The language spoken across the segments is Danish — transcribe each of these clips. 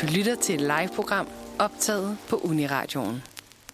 Du lytter til et live-program optaget på Uniradioen.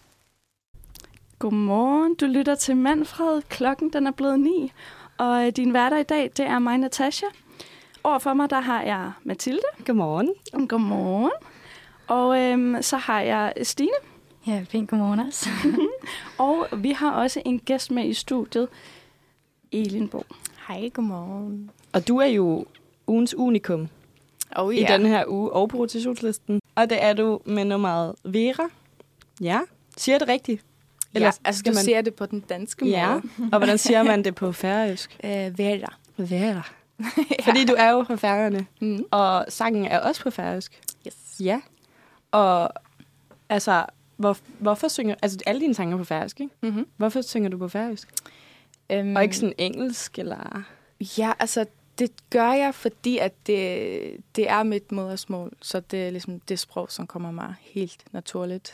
Godmorgen, du lytter til Manfred. Klokken den er blevet 9, og din værter i dag, det er mig, Natasha. Overfor mig, der har jeg Mathilde. Godmorgen. Godmorgen. Og så har jeg Stine. Ja, fint. Godmorgen også. Og vi har også en gæst med i studiet, Elin Bo. Hej, godmorgen. Og du er jo ugens unikum i denne her uge og på rotationslisten. Og det er du med nummeret Vera. Ja, siger jeg det rigtigt? Eller altså du siger det på den danske måde. Ja, og hvordan siger man det på færøsk? Vera. Vera. Fordi du er jo fra Færøerne, og sangen er også på færøsk. Yes. Ja, og altså, hvorfor synger... Altså, alle dine sange er på færøsk, ikke? Mm-hmm. Hvorfor synger du på færøsk? Og ikke sådan engelsk, eller... Ja, altså, det gør jeg, fordi at det er mit modersmål. Så det er ligesom det sprog, som kommer mig helt naturligt.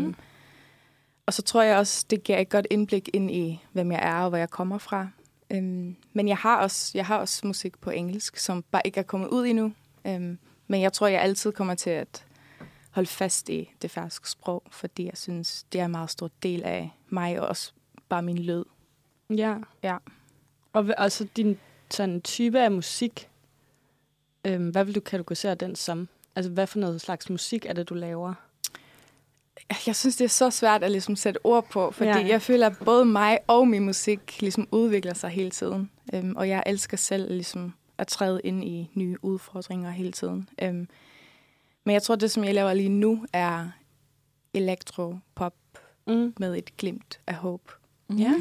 Og så tror jeg også, det giver et godt indblik ind i, hvem jeg er og hvor jeg kommer fra. Men jeg har også musik på engelsk, som bare ikke er kommet ud endnu. Men jeg tror, jeg altid kommer til at holde fast i det færøske sprog, fordi jeg synes, det er en meget stor del af mig, og også bare min lyd. Ja. Og altså din sådan type af musik, hvad vil du kategorisere den som? Altså, hvad for noget slags musik er det, du laver? Jeg synes, det er så svært at ligesom sætte ord på, fordi jeg føler, at både mig og min musik ligesom udvikler sig hele tiden. Og jeg elsker selv ligesom at træde ind i nye udfordringer hele tiden. Men jeg tror, det, som jeg laver lige nu, er elektropop med et glimt af håb. Ja.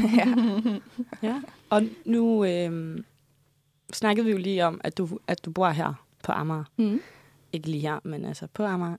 Ja. Og nu snakkede vi jo lige om, at du bor her på Amager. Ikke lige her, men altså på Amager.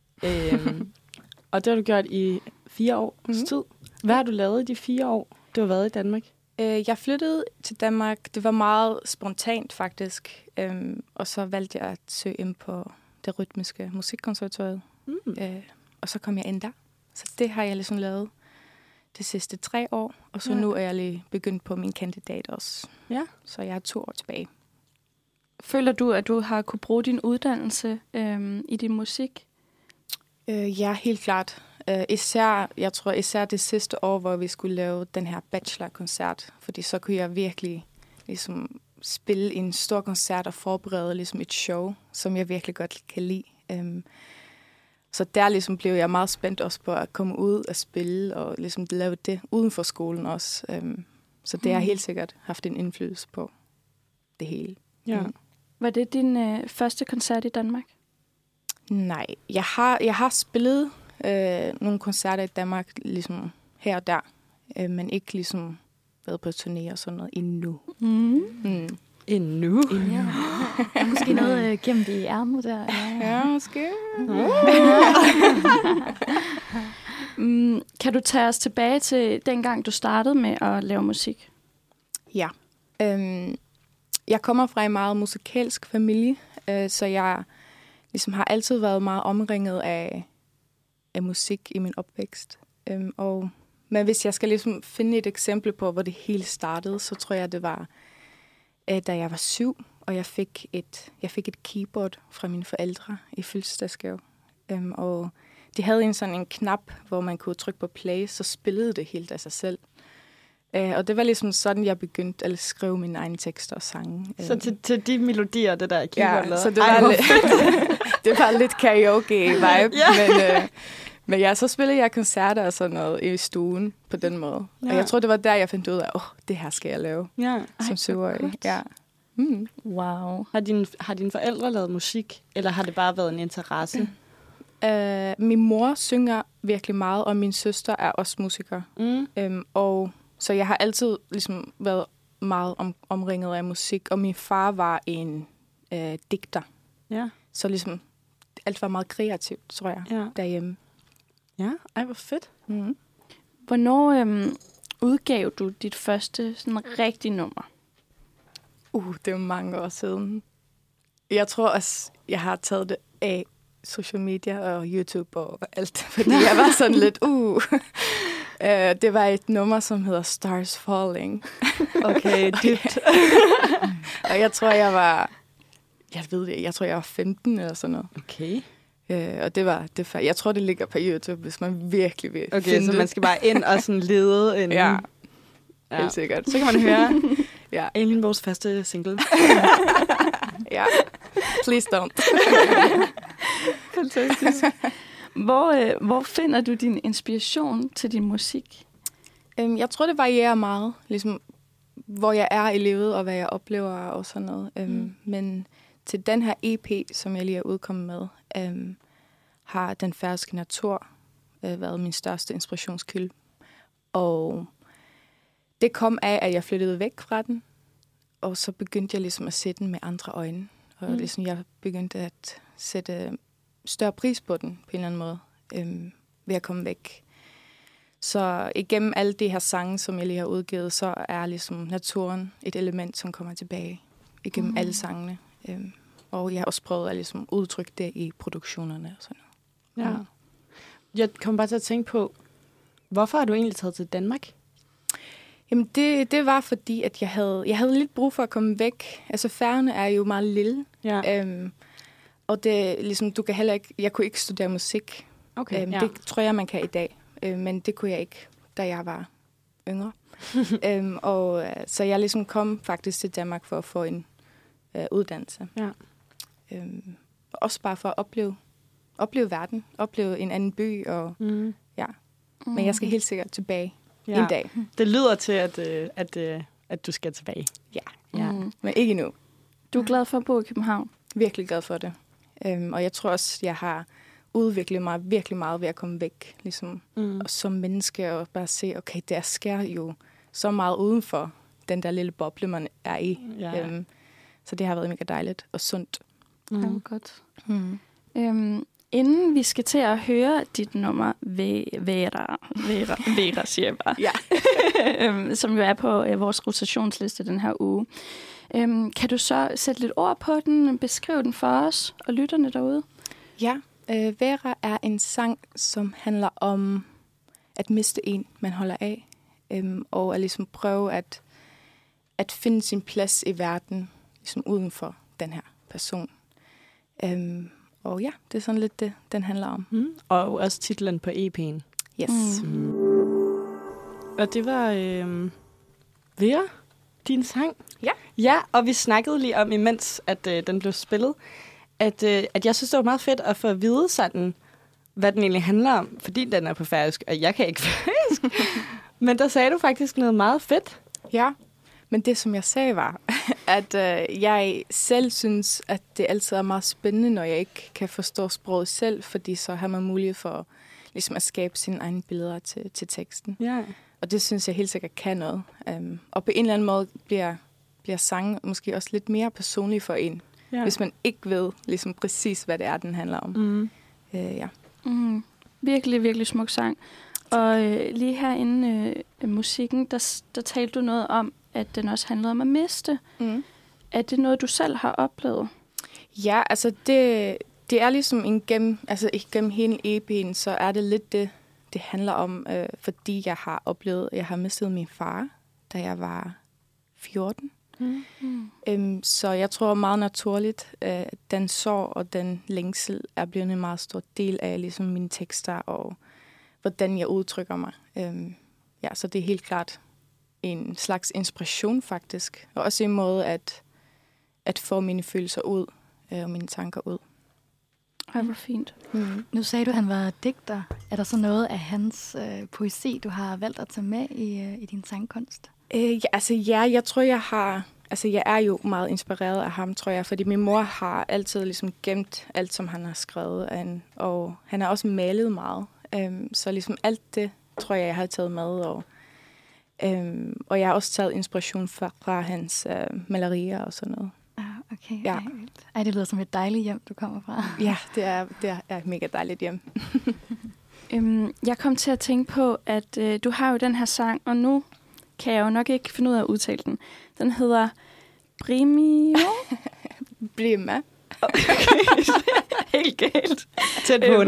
Og det har du gjort i 4 års tid. Hvad har du lavet i de 4 år, du har været i Danmark? Jeg flyttede til Danmark. Det var meget spontant, faktisk. Og så valgte jeg at søge ind på det rytmiske musikkonservatoriet. Og så kom jeg ind der. Så det har jeg ligesom lavet de sidste 3 år. Og så nu er jeg lige begyndt på min kandidat også. Ja. Så jeg er 2 år tilbage. Føler du, at du har kunne bruge din uddannelse i din musik? Ja, helt klart. Jeg tror især det sidste år, hvor vi skulle lave den her bachelorkoncert. Fordi så kunne jeg virkelig ligesom spille en stor koncert og forberede ligesom et show, som jeg virkelig godt kan lide. Så der ligesom blev jeg meget spændt også på at komme ud og spille og ligesom lave det uden for skolen også. Så det har helt sikkert haft en indflydelse på det hele. Ja. Var det din første koncert i Danmark? Nej, jeg har spillet nogle koncerter i Danmark ligesom her og der, men ikke ligesom været på turné og sådan noget endnu. Endnu? Ja. Måske noget gemt i ærmet der. Ja, måske. Kan du tage os tilbage til dengang, du startede med at lave musik? Ja. Jeg kommer fra en meget musikalsk familie, så jeg ligesom har altid været meget omringet af musik i min opvækst. Men hvis jeg skal ligesom finde et eksempel på, hvor det hele startede, så tror jeg, det var, da jeg var 7, og jeg fik et keyboard fra mine forældre i fødselsdagsgave. Og de havde en knap, hvor man kunne trykke på play, så spillede det helt af sig selv. Og det var ligesom sådan, jeg begyndte at skrive mine egne tekster og sange. Så til de melodier, det der keyboard lavede? Så det var, det var lidt karaoke-vibe, men ja, så spillede jeg koncerter og sådan noget i stuen på den måde. Ja. Og jeg tror, det var der, jeg fandt ud af, det her skal jeg lave som 7-årig. Ja. Wow. Har dine forældre lavet musik, eller har det bare været en interesse? Min mor synger virkelig meget, og min søster er også musiker. Og så jeg har altid ligesom været meget omringet af musik, og min far var en digter. Ja. Så ligesom alt var meget kreativt, tror jeg, derhjemme. Ja, ej, hvor fedt. Hvornår udgav du dit første sådan rigtige nummer? Det er mange år siden. Jeg tror også, jeg har taget det af social media og YouTube og alt, fordi jeg var sådan lidt, det var et nummer, som hedder Stars Falling. Okay, dybt. Og jeg tror, jeg var 15 eller sådan noget. Okay. Og det var, jeg tror, det ligger på YouTube, hvis man virkelig vil finde så det. man skal bare ind og sådan lede en... Ja, helt sikkert. Så kan man høre Ja. Alien, vores første single. Ja, please don't. Fantastisk. Hvor finder du din inspiration til din musik? Jeg tror, det varierer meget, ligesom hvor jeg er i livet, og hvad jeg oplever og sådan noget. Men til den her EP, som jeg lige er udkommet med, har Den Færøske Natur været min største inspirationskilde. Og det kom af, at jeg flyttede væk fra den, og så begyndte jeg ligesom at se den med andre øjne. Og ligesom jeg begyndte at sætte større pris på den på en eller anden måde, ved at komme væk. Så igennem alle de her sange, som jeg lige har udgivet, så er ligesom naturen et element, som kommer tilbage igennem alle sangene. Og jeg har også prøvet at ligesom udtrykke det i produktionerne og sådan noget. Ja. Jeg kom bare til at tænke på, hvorfor har du egentlig taget til Danmark? Jamen det var fordi, at jeg havde lidt brug for at komme væk. Altså Færøerne er jo meget lille. Ja. Og det ligesom, du kan heller ikke, jeg kunne ikke studere musik. Okay, Det tror jeg, man kan i dag. Men det kunne jeg ikke, da jeg var yngre. Så jeg ligesom kom faktisk til Danmark for at få en uddannelse. Ja. Også bare for at opleve verden, opleve en anden by. Og, ja. Men jeg skal helt sikkert tilbage en dag. Det lyder til, at du skal tilbage. Ja. Men ikke endnu. Du er glad for at bo i København? Virkelig glad for det. Og jeg tror også, jeg har udviklet mig virkelig meget ved at komme væk. Ligesom, og som menneske og bare se, okay, der sker jo så meget uden for den der lille boble, man er i. Ja. Så det har været mega dejligt og sundt. Ja, godt. Inden vi skal til at høre dit nummer, Vera siger jeg bare, som jo er på vores rotationsliste den her uge. Kan du så sætte lidt ord på den, beskrive den for os og lytterne derude? Ja, Vera er en sang, som handler om at miste en, man holder af, og at ligesom prøve at finde sin plads i verden, ligesom uden for den her person. Og ja, det er sådan lidt det, den handler om. Og også titlen på EP'en. Yes. Og det var Vera, din sang. Ja. Ja, og vi snakkede lige om, imens at den blev spillet, at jeg synes, det var meget fedt at få at vide sådan, hvad den egentlig handler om, fordi den er på færøsk, og jeg kan ikke færøsk. Men der sagde du faktisk noget meget fedt. Ja, men det, som jeg sagde, var, at jeg selv synes, at det altid er meget spændende, når jeg ikke kan forstå sproget selv, fordi så har man mulighed for ligesom at skabe sine egne billeder til teksten. Ja. Og det synes jeg helt sikkert kan noget. Og på en eller anden måde bliver sangen måske også lidt mere personlig for en, hvis man ikke ved ligesom præcis, hvad det er, den handler om. Ja. Virkelig, virkelig smuk sang. Og lige herinde musikken, der talte du noget om, at den også handlede om at miste. Er det noget, du selv har oplevet? Ja, altså det er ligesom gennem hele EP'en, så er det lidt det handler om, fordi jeg har mistet min far, da jeg var 14. Så jeg tror meget naturligt, den sorg og den længsel er blevet en meget stor del af ligesom mine tekster og hvordan jeg udtrykker mig. Så det er helt klart en slags inspiration faktisk, og også en måde at få mine følelser ud og mine tanker ud. Ej, hvor fint. Nu sagde du, at han var digter. Er der så noget af hans poesi, du har valgt at tage med i din sangkunst? Jeg tror, jeg er jo meget inspireret af ham, tror jeg, fordi min mor har altid ligesom gemt alt, som han har skrevet, og han har også malet meget. Så ligesom alt det, tror jeg har taget med, og jeg har også taget inspiration fra hans malerier og sådan noget. Okay. Ja. Ej, det lyder som et dejligt hjem, du kommer fra. Ja, det er et mega dejligt hjem. Jeg kom til at tænke på, at du har jo den her sang, og nu kan jeg jo nok ikke finde ud af at udtale den. Den hedder Brimio. Brima. Helt galt. Tæt på,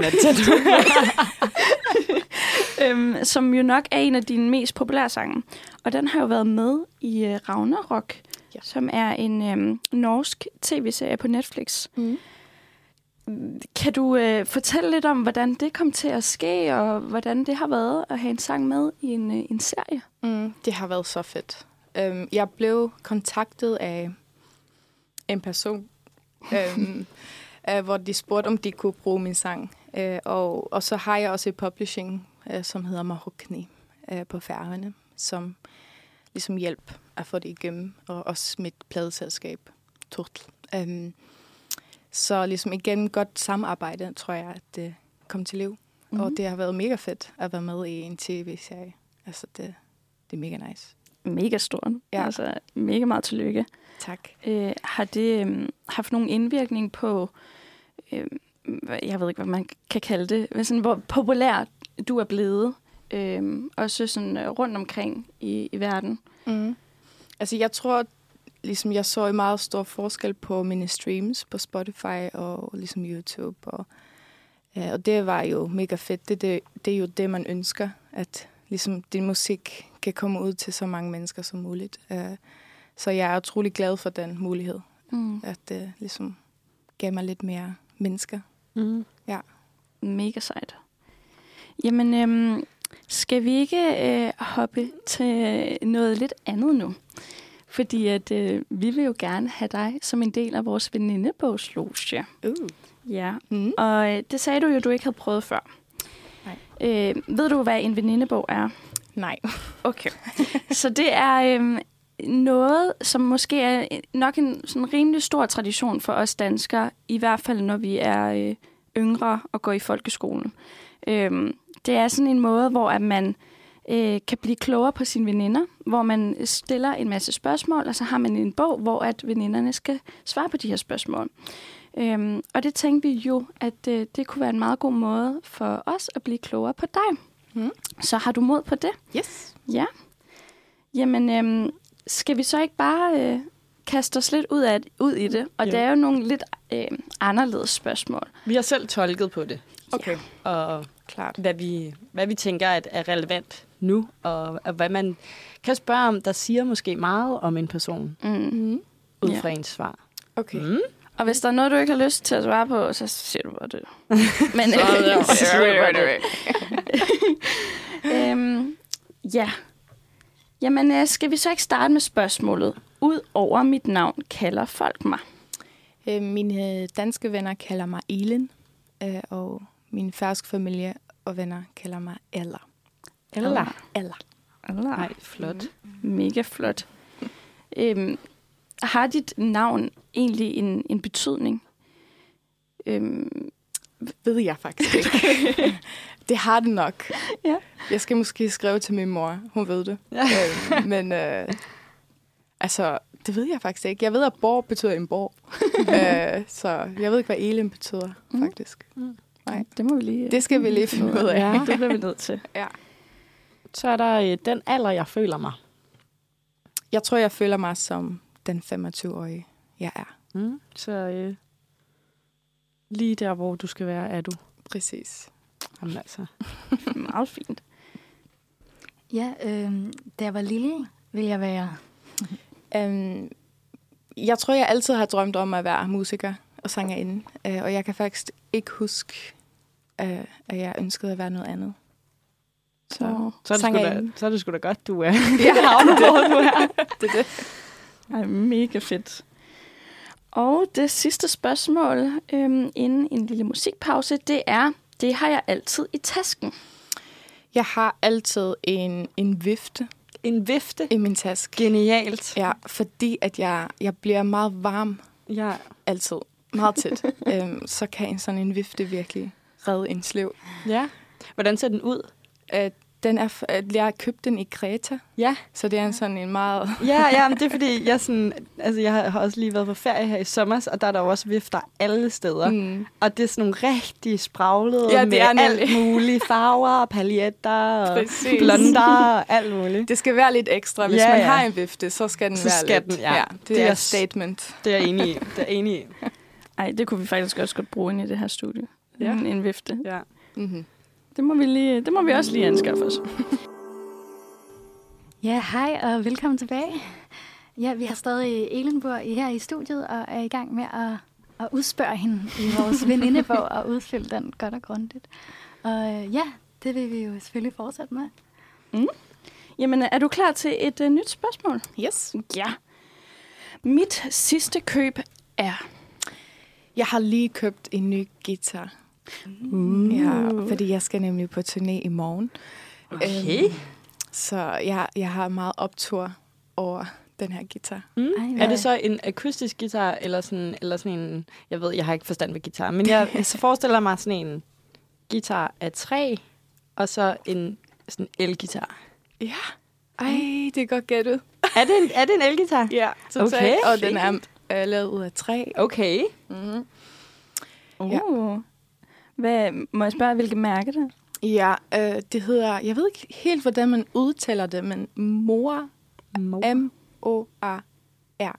som jo nok er en af dine mest populære sange. Og den har jo været med i Ragnarok, som er en norsk tv-serie på Netflix. Kan du fortælle lidt om, hvordan det kom til at ske, og hvordan det har været at have en sang med i en serie? Det har været så fedt. Jeg blev kontaktet af en person, hvor de spurgte, om de kunne bruge min sang. Og så har jeg også et publishing, som hedder Marokni på Færøerne, som ligesom hjælp at få det igennem, og også mit pladeselskab, Turtle. Så ligesom igen godt samarbejde, tror jeg, at det kom til liv. Mm-hmm. Og det har været mega fedt at være med i en tv-serie. Altså, det er mega nice. Mega stort. Ja. Altså, mega meget tillykke. Tak. Har det haft nogen indvirkning på, jeg ved ikke, hvad man kan kalde det, men sådan, hvor populær du er blevet, også sådan rundt omkring i verden? Mm. Altså, jeg tror, ligesom jeg så en meget stor forskel på mine streams på Spotify og ligesom YouTube. Og det var jo mega fedt. Det er jo det, man ønsker, at ligesom din musik kan komme ud til så mange mennesker som muligt. Så jeg er utrolig glad for den mulighed, at det ligesom gav mig lidt mere mennesker. Mm. Ja. Mega sejt. Jamen, skal vi ikke hoppe til noget lidt andet nu? Fordi at vi vil jo gerne have dig som en del af vores venindebogsloge. Ja, og det sagde du jo, du ikke havde prøvet før. Nej. Ved du, hvad en venindebog er? Nej. Okay. Så det er noget, som måske er nok en sådan rimelig stor tradition for os danskere, i hvert fald når vi er yngre og går i folkeskolen. Det er sådan en måde, hvor at man kan blive klogere på sine veninder, hvor man stiller en masse spørgsmål, og så har man en bog, hvor at veninderne skal svare på de her spørgsmål. Og det tænkte vi jo, at det kunne være en meget god måde for os at blive klogere på dig. Så har du mod på det? Yes. Ja. Jamen, skal vi så ikke bare kaste os lidt ud i det? Og det er jo nogle lidt anderledes spørgsmål. Vi har selv tolket på det. Okay. Og Klart. hvad vi tænker er relevant nu, og hvad man kan spørge om, der siger måske meget om en person, ud fra ens svar. Okay. Og hvis der er noget, du ikke har lyst til at svare på, så siger du bare det. Men, så siger du bare det. Ja. Jamen, skal vi så ikke starte med spørgsmålet? Udover mit navn kalder folk mig. Mine danske venner kalder mig Elin, og min færøske familie og venner kalder mig Ella. Ella. Nej, flot. Mega flot. Har dit navn egentlig en betydning? Ved jeg faktisk ikke. Det har det nok. Ja. Jeg skal måske skrive til min mor. Hun ved det. Ja. Men altså, det ved jeg faktisk ikke. Jeg ved, at borg betyder en borg. Så jeg ved ikke, hvad Elin betyder, faktisk. Nej. Det må vi lige... Det skal vi lige finde ud af. Ja, det bliver vi nødt til. Ja. Så er der den alder, jeg føler mig. Jeg tror, jeg føler mig som den 25-årige, jeg er. Så lige der, hvor du skal være, er du. Præcis. Jamen altså. Meget fint. Ja, da jeg var lille, ville jeg være... Jeg tror, jeg altid har drømt om at være musiker og sangerinde. Og jeg kan faktisk ikke huske, at jeg ønskede at være noget andet. Så er det sgu da godt, du er. Jeg havner, hvor du er. Det er det. Ej, mega fedt. Og det sidste spørgsmål, inden en lille musikpause, det har jeg altid i tasken. Jeg har altid en vifte. En vifte? I min taske. Genialt. Ja, fordi at jeg bliver meget varm. Ja. Altid. Meget tæt. Så kan sådan en vifte virkelig redde ens liv. Ja. Hvordan ser den ud? Jeg har købt den i Kreta. Ja. Så det er sådan en meget... Ja, men det er fordi, jeg har også lige været på ferie her i sommer, og der er der jo også vifter alle steder. Og det er sådan nogle rigtig spraglede med alt muligt. Farver, paljetter, og blonder og alt muligt. Det skal være lidt ekstra. Hvis man har en vifte, så skal den være lidt... Ja, det er statement. Det er jeg enig i. Ej, det kunne vi faktisk også godt bruge ind i det her studie. Ja. En vifte. Ja. Mm-hmm. Det må vi også lige anskaffe os. Ja, hej og velkommen tilbage. Ja, vi har stadig Elenborg her i studiet og er i gang med at at udspørge hende i vores venindebog og udfylde den godt og grundigt. Og ja, det vil vi jo selvfølgelig fortsætte med. Jamen, er du klar til et nyt spørgsmål? Yes. Ja. Mit sidste køb er... Jeg har lige købt en ny guitar. Ja, fordi jeg skal nemlig på turné i morgen. Okay. Så jeg har meget optur over den her guitar. Er det så en akustisk guitar, eller sådan en... Jeg har ikke forstand på guitar, men jeg så forestiller mig sådan en guitar af træ, og så en sådan elguitar. Ja. Ej, det er godt gættet. Er det en elguitar? Ja, totalt. Okay. Og den er lavet ud af træ. Okay. Mm-hmm. Ja. Må jeg spørge, hvilket mærke det er? Ja, det hedder... Jeg ved ikke helt, hvordan man udtaler det, men Moa. M-O-A-R.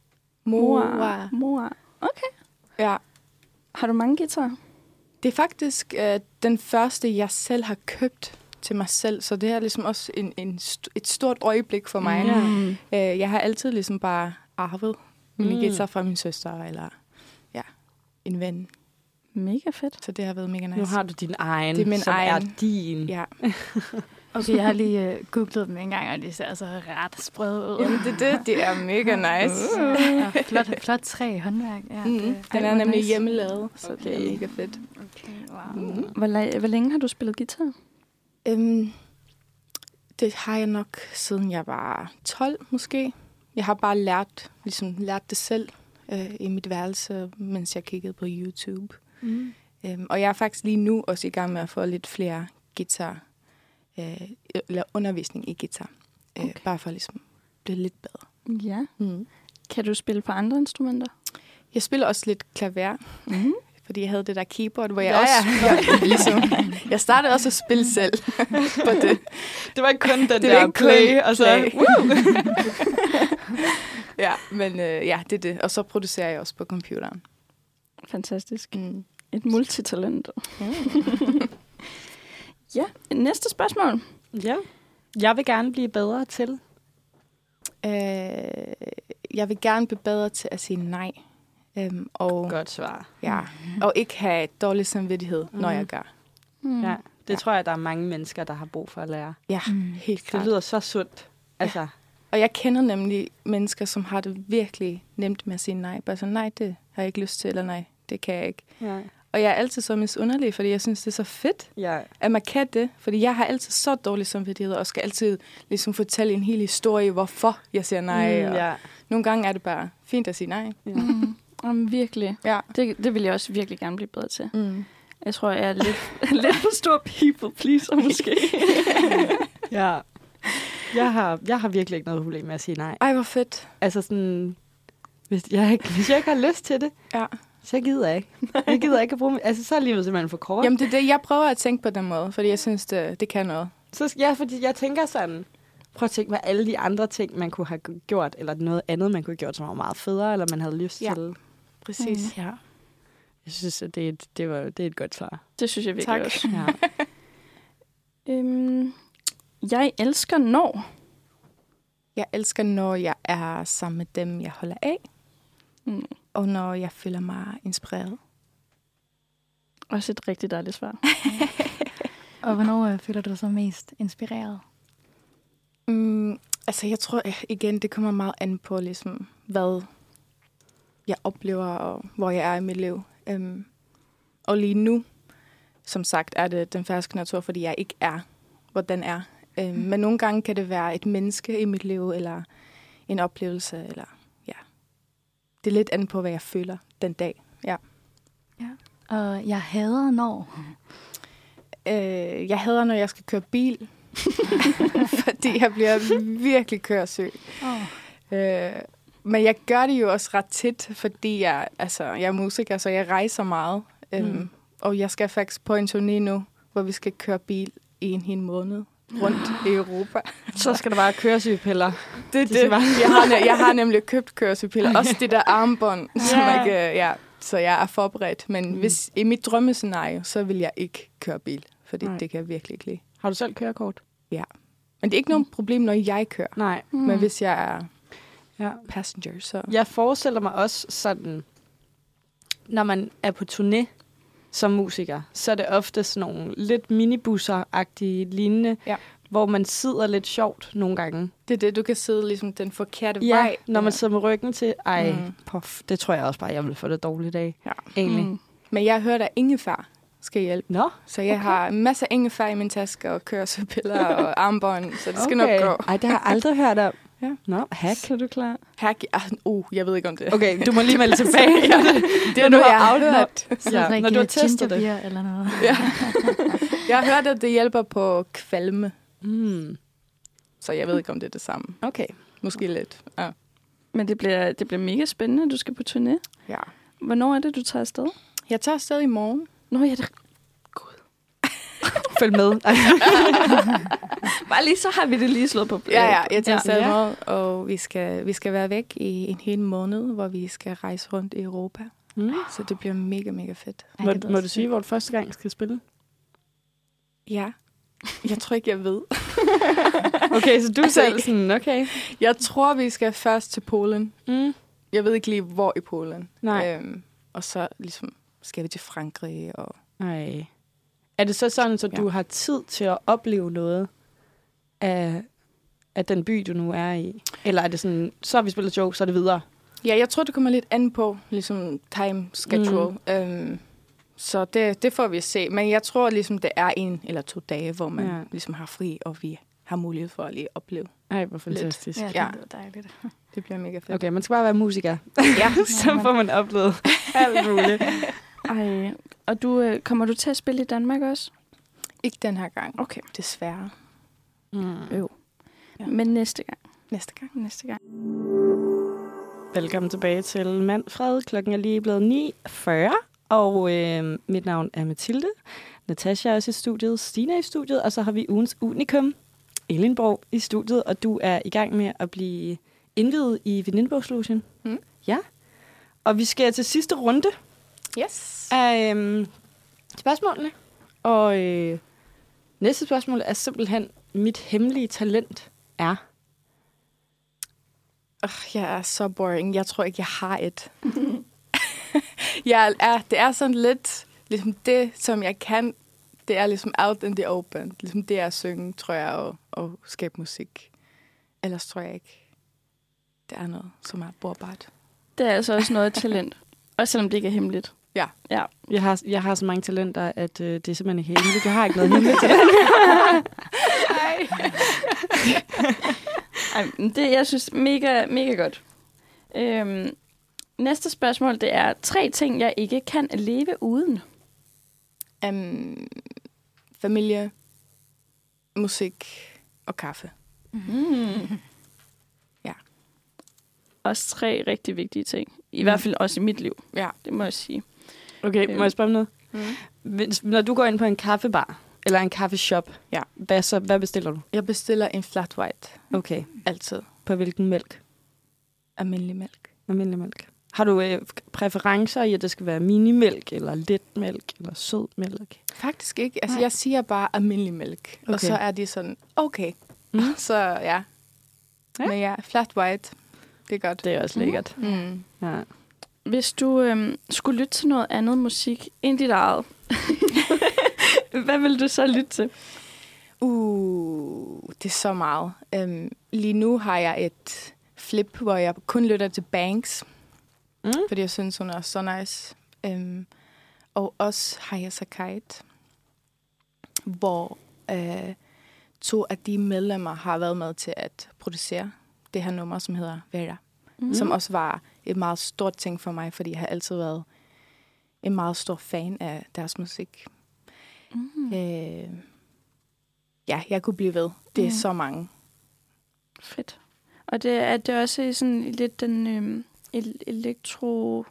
Moa. Okay. Ja. Har du mange guitarer? Det er faktisk den første, jeg selv har købt til mig selv, så det er ligesom også et stort øjeblik for mig. Jeg har altid ligesom bare arvet mine guitar fra min søster, eller en ven. Mega fedt. Så det har været mega nice. Nu har du din egen, det er min som egen. er din. Ja. Okay, jeg har lige googlet dem en gang, og de ser altså ret sprøde ud. Jamen, det er mega nice. Flot træ håndværk. Ja, Den er nemlig hjemmelavet, så det er mega fedt. Okay, wow. Hvor længe har du spillet guitar? Det har jeg nok siden jeg var 12 måske. Jeg har bare lært det selv i mit værelse, mens jeg kiggede på YouTube. Og jeg er faktisk lige nu også i gang med at få lidt flere guitar, eller undervisning i guitar. Okay. Bare for ligesom blive lidt bedre. Ja. Kan du spille på andre instrumenter? Jeg spiller også lidt klaver, fordi jeg havde det der keyboard, hvor jeg jeg startede også at spille selv på det. Det var ikke kun den det der play, og så... Ja, men det er det. Og så producerer jeg også på computeren. Fantastisk. Et multitalent. Ja, næste spørgsmål. Ja. Jeg vil gerne blive bedre til. Jeg vil gerne blive bedre til at sige nej. Og, godt svar. Ja, og ikke have dårlig samvittighed, når jeg gør. Ja, det tror jeg, der er mange mennesker, der har brug for at lære. Ja, helt klart. Det lyder så sundt. Altså. Ja. Og jeg kender nemlig mennesker, som har det virkelig nemt med at sige nej. Bare sådan, nej, det har jeg ikke lyst til, eller nej, det kan jeg ikke. Ja. Og jeg er altid så misunderlig, fordi jeg synes, det er så fedt, at man kan det. Fordi jeg har altid så dårlig samvittighed, og skal altid ligesom fortælle en hel historie, hvorfor jeg siger nej. Nogle gange er det bare fint at sige nej. Ja. Virkelig. Ja. Det vil jeg også virkelig gerne blive bedre til. Jeg tror, jeg er lidt for stor people pleaser måske. Ja. Jeg har virkelig ikke noget problem med at sige nej. Ej, hvor fedt. Altså sådan, hvis jeg ikke har lyst til det, så gider jeg ikke. Jeg gider ikke at bruge altså så er livet simpelthen for kort. Jamen det er det, jeg prøver at tænke på den måde, fordi jeg synes, det kan noget. Så, ja, fordi jeg tænker sådan, prøv at tænke med alle de andre ting, man kunne have gjort, eller noget andet, man kunne have gjort, som var meget federe, eller man havde lyst til. Præcis. Ja. Jeg synes, at det er et godt svar. Det synes jeg virkelig også. Ja. Jeg elsker når. Jeg elsker, når jeg er sammen med dem, jeg holder af. Og når jeg føler mig inspireret. Også et rigtig dejligt svar. Og hvornår føler du dig så mest inspireret? Altså, jeg tror igen, det kommer meget an på, ligesom, hvad jeg oplever, og hvor jeg er i mit liv. Og lige nu, som sagt, er det den ferske natur, fordi jeg ikke er, hvor den er. Men nogle gange kan det være et menneske i mit liv, eller en oplevelse, eller det er lidt an på, hvad jeg føler den dag. Ja. Og jeg hader når? Jeg hader, når jeg skal køre bil, fordi jeg bliver virkelig køresyg. Men jeg gør det jo også ret tit, fordi jeg er musiker, så jeg rejser meget. Og jeg skal faktisk på en turné nu, hvor vi skal køre bil i en hel måned rundt i Europa. Så skal der bare køresygepiller. Det. Jeg har nemlig købt køresygepiller. Også det der armbånd, så jeg er forberedt. Men hvis i mit drømmescenario, så vil jeg ikke køre bil, fordi det kan jeg virkelig ikke lide. Har du selv kørekort? Ja. Men det er ikke noget problem, når jeg kører. Nej. Men hvis jeg er passenger, så... Jeg forestiller mig også sådan, når man er på turné som musiker, så er det ofte sådan nogle lidt minibusser-agtige lignende, hvor man sidder lidt sjovt nogle gange. Det er det, du kan sidde ligesom den forkerte vej. Når man sidder med ryggen til, det tror jeg også bare, jeg vil få det dårligt af. Ja. Egentlig. Men jeg hørte, at ingefær skal hjælpe. Nå, så jeg har masser af ingefær i min taske og kørsepiller og armbånd, så det skal nok gå. Ej, det har jeg aldrig hørt om. Ja. Nå, hack. Så er du klar? Hack? Jeg ved ikke om det. Okay, du må lige melde tilbage. Det er noget, jeg har afhørt. Når du har testet det. Eller noget. Ja. Jeg har hørt, at det hjælper på kvalme. Så jeg ved ikke, om det er det samme. Okay. Måske lidt. Ja. Men det bliver mega spændende, du skal på turné. Ja. Hvornår er det, du tager afsted? Jeg tager afsted i morgen. Nå, ja, det... Gud. Følg med. Bare lige så har vi det lige slået på plads. Ja, jeg tager afsted i morgen, og vi skal være væk i en hel måned, hvor vi skal rejse rundt i Europa. Så det bliver mega, mega fedt. Må du sige, hvor du første gang skal spille? Ja. Jeg tror ikke, jeg ved. Okay, så du selv sådan, okay. Jeg tror, vi skal først til Polen. Jeg ved ikke lige, hvor i Polen. Nej. Og så ligesom skal vi til Frankrig. Og... Nej. Er det så sådan, så du har tid til at opleve noget af den by, du nu er i? Eller er det sådan, så har vi spillet show, så er det videre? Ja, jeg tror, det kommer lidt an på, ligesom time schedule. Så det får vi at se. Men jeg tror, ligesom, det er 1 eller 2 dage, hvor man ligesom har fri, og vi har mulighed for at lige opleve. Ej, hvor fantastisk. Ja, det er dejligt. Det bliver mega fedt. Okay, man skal bare være musiker. Ja. Så får man oplevet alt muligt. Ej, og kommer du til at spille i Danmark også? Ikke den her gang. Okay. Desværre. Ja. Men næste gang. Næste gang. Velkommen tilbage til Manfred. Klokken er lige blevet 9:40. Og mit navn er Mathilde. Natasha er også i studiet. Stina er i studiet. Og så har vi ugens unikum, Elinborg, i studiet. Og du er i gang med at blive indviet i Venindebogslogen. Ja. Og vi skal til sidste runde af spørgsmålene. Og næste spørgsmål er simpelthen, mit hemmelige talent er... Jeg er så boring. Jeg tror ikke, jeg har et. Det er sådan lidt, ligesom det, som jeg kan, det er ligesom out in the open. Ligesom det er at synge, tror jeg, og skabe musik. Ellers tror jeg ikke, det er noget, som er borbart. Det er altså også noget talent. Også selvom det ikke er hemmeligt. Ja. Jeg har så mange talenter, at det er simpelthen ikke hemmeligt. Jeg har ikke noget hemmeligt talent. Jeg synes mega, mega godt. Næste spørgsmål, det er 3 ting, jeg ikke kan leve uden. Familie, musik og kaffe. Ja. Også 3 rigtig vigtige ting. I hvert fald også i mit liv. Ja. Det må jeg sige. Okay, må jeg spørge om noget? Når du går ind på en kaffebar, eller en kaffeshop, hvad bestiller du? Jeg bestiller en flat white. Okay. Altid. På hvilken mælk? Almindelig mælk. Almindelig mælk. Har du præferencer i, at det skal være minimælk, eller letmælk, eller sødmælk? Faktisk ikke. Altså, jeg siger bare almindelig mælk. Okay. Og så er de sådan, okay. Så ja. Men ja, flat white. Det er godt. Det er også lækkert. Ja. Hvis du skulle lytte til noget andet musik end dit eget, hvad vil du så lytte til? Det er så meget. Lige nu har jeg et flip, hvor jeg kun lytter til Banks. Fordi jeg synes, hun er så nice. Og også Haya Sakait, hvor 2 af de medlemmer har været med til at producere det her nummer, som hedder Vera. Som også var et meget stort ting for mig, fordi jeg har altid været en meget stor fan af deres musik. Jeg kunne blive ved. Det er så mange. Fedt. Og det er også sådan lidt den elektro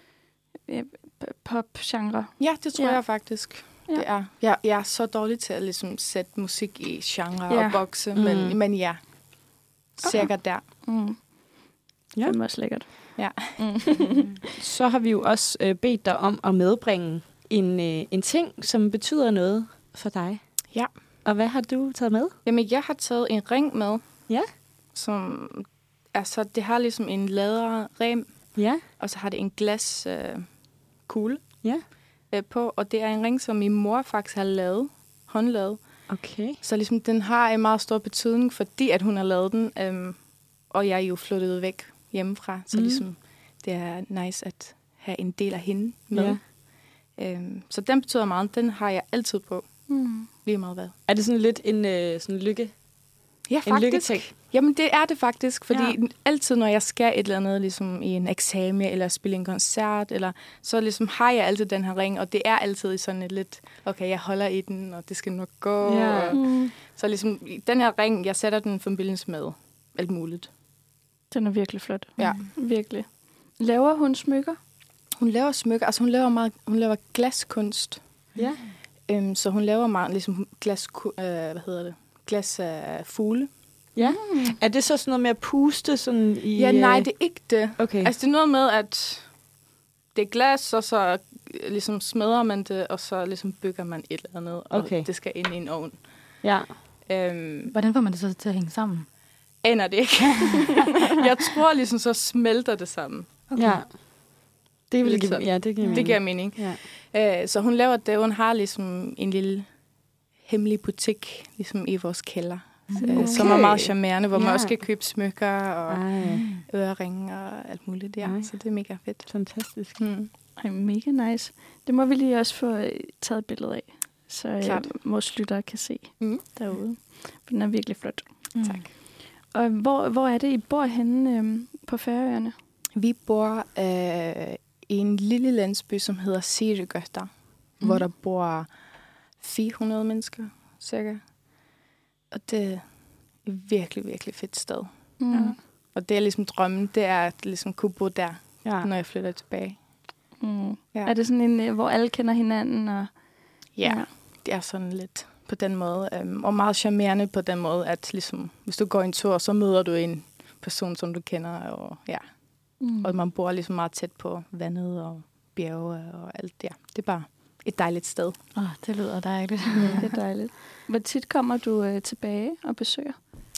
pop-genre. Ja, det tror jeg faktisk. Ja. Det er. Jeg er så dårlig til at ligesom sætte musik i genre og bokse, men ja, cirka der. Ja. Det er også lækkert. Ja. Så har vi jo også bedt dig om at medbringe en ting, som betyder noget for dig. Ja. Og hvad har du taget med? Jamen, jeg har taget en ring med. Ja. Som, altså, det har ligesom en læderrem. Ja. Og så har det en glas kugle Ja. På, og det er en ring, som min mor faktisk har lavet, håndlavet. Okay. Så ligesom, den har en meget stor betydning, fordi at hun har lavet den, og jeg er jo flyttet væk hjemmefra, så ligesom, det er nice at have en del af hende med. Ja. Så den betyder meget. Den har jeg altid på. Lige meget hvad. Er det sådan lidt en sådan lykke? Ja, En faktisk. lykketing? Jamen, det er det faktisk, fordi altid, når jeg skal et eller andet, ligesom i en eksamen, eller spille en koncert, eller, så ligesom har jeg altid den her ring, og det er altid sådan et lidt, okay, jeg holder i den, og det skal nok gå. Ja. Så ligesom, den her ring, jeg sætter den i forbindelse med alt muligt. Den er virkelig flot. Ja. Virkelig. Laver hun smykker? Hun laver smykker, altså hun laver glaskunst. Ja. Så hun laver meget, ligesom glas af fugle. Ja. Er det så sådan noget med at puste sådan i... Ja, nej, det er ikke det. Okay. Altså, det er noget med, at det er glas, og så ligesom smadrer man det, og så ligesom bygger man et eller andet, og det skal ind i en ovn. Ja. Hvordan får man det så til at hænge sammen? Aner det ikke. Jeg tror ligesom, så smelter det sammen. Okay. Ja. Det vil give, det giver mening. Ja. Så hun laver det, hun har ligesom en lille hemmelig butik ligesom i vores kælder. Som er meget charmerende, hvor man også kan købe smykker og øreringe og alt muligt der. Så det er mega fedt. Fantastisk. Ej, mega nice. Det må vi lige også få taget et billede af, så vores lyttere kan se derude. For den er virkelig flot. Tak. Og hvor er det, I bor henne på Færøerne? Vi bor i en lille landsby, som hedder Sirigøta, hvor der bor 400 mennesker, cirka. Og det er et virkelig, virkelig fedt sted. Ja. Og det er ligesom drømmen, det er at ligesom kunne bo der, når jeg flytter tilbage. Ja. Er det sådan en, hvor alle kender hinanden? Og ja, det er sådan lidt på den måde. Og meget charmerende på den måde, at ligesom, hvis du går en tur, så møder du en person, som du kender. Og, og man bor ligesom meget tæt på vandet og bjerge og alt det. Det er bare et dejligt sted. Det lyder dejligt. Det er dejligt. Hvor tit kommer du tilbage og besøger?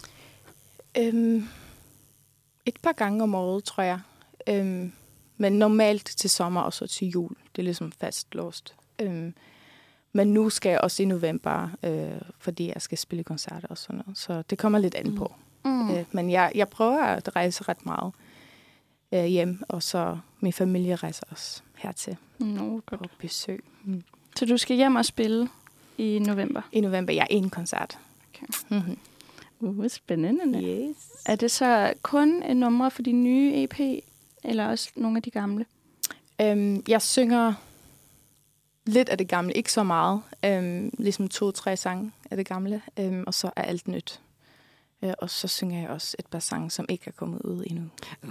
Et par gange om året, tror jeg. Men normalt til sommer og så til jul. Det er ligesom fastlåst. Men nu skal jeg også i november, fordi jeg skal spille koncerter og sådan noget. Så det kommer lidt an på. Men jeg prøver at rejse ret meget hjem, og så min familie rejser også hertil på besøg. Så du skal hjem og spille i november? I november, ja, en koncert. Okay. Spændende. Yes. Er det så kun en nummer for de nye EP, eller også nogle af de gamle? Jeg synger lidt af det gamle, ikke så meget. Ligesom 2-3 sange af det gamle, og så er alt nyt. Og så synger jeg også et par sange, som ikke er kommet ud endnu.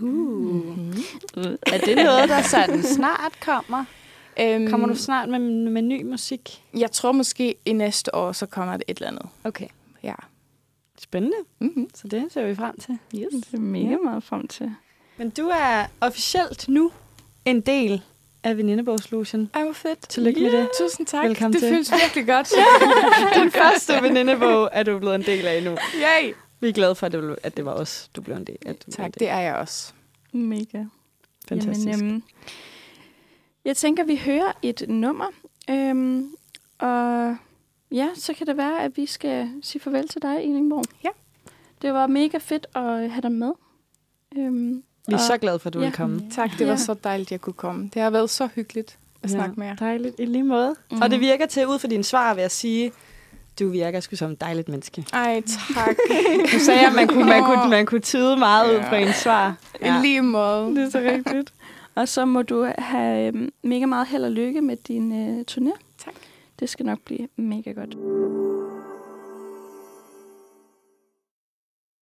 Er det noget, der sådan snart kommer? Kommer du snart med ny musik? Jeg tror måske i næste år, så kommer det et eller andet. Okay. Ja. Spændende. Så det ser vi frem til. Yes. Det er mega meget frem til. Men du er officielt nu en del af Venindebogslogen. Ej, hvor fedt. Tillykke med det. Tusind tak. Velkommen det til. Det føles virkelig godt. Den første venindebog er du blevet en del af nu. Yay! Vi er glade for, at det var os, du blev en del af. Tak, det er jeg også. Mega. Fantastisk. Jamen, jeg tænker, vi hører et nummer. Og ja, så kan det være, at vi skal sige farvel til dig, Elingborg. Ja. Det var mega fedt at have dig med. Vi er så glade for, at du ville komme. Tak, det var så dejligt, at jeg kunne komme. Det har været så hyggeligt at snakke med jer. Dejligt, i lige måde. Og det virker til, ud fra dine svar, vil jeg sige, du virker sgu som et dejligt menneske. Ej, tak. Du sagde, at man kunne tyde meget ud fra ens svar. I lige måde. Det er så rigtigt. Og så må du have mega meget held og lykke med din turné. Tak. Det skal nok blive mega godt.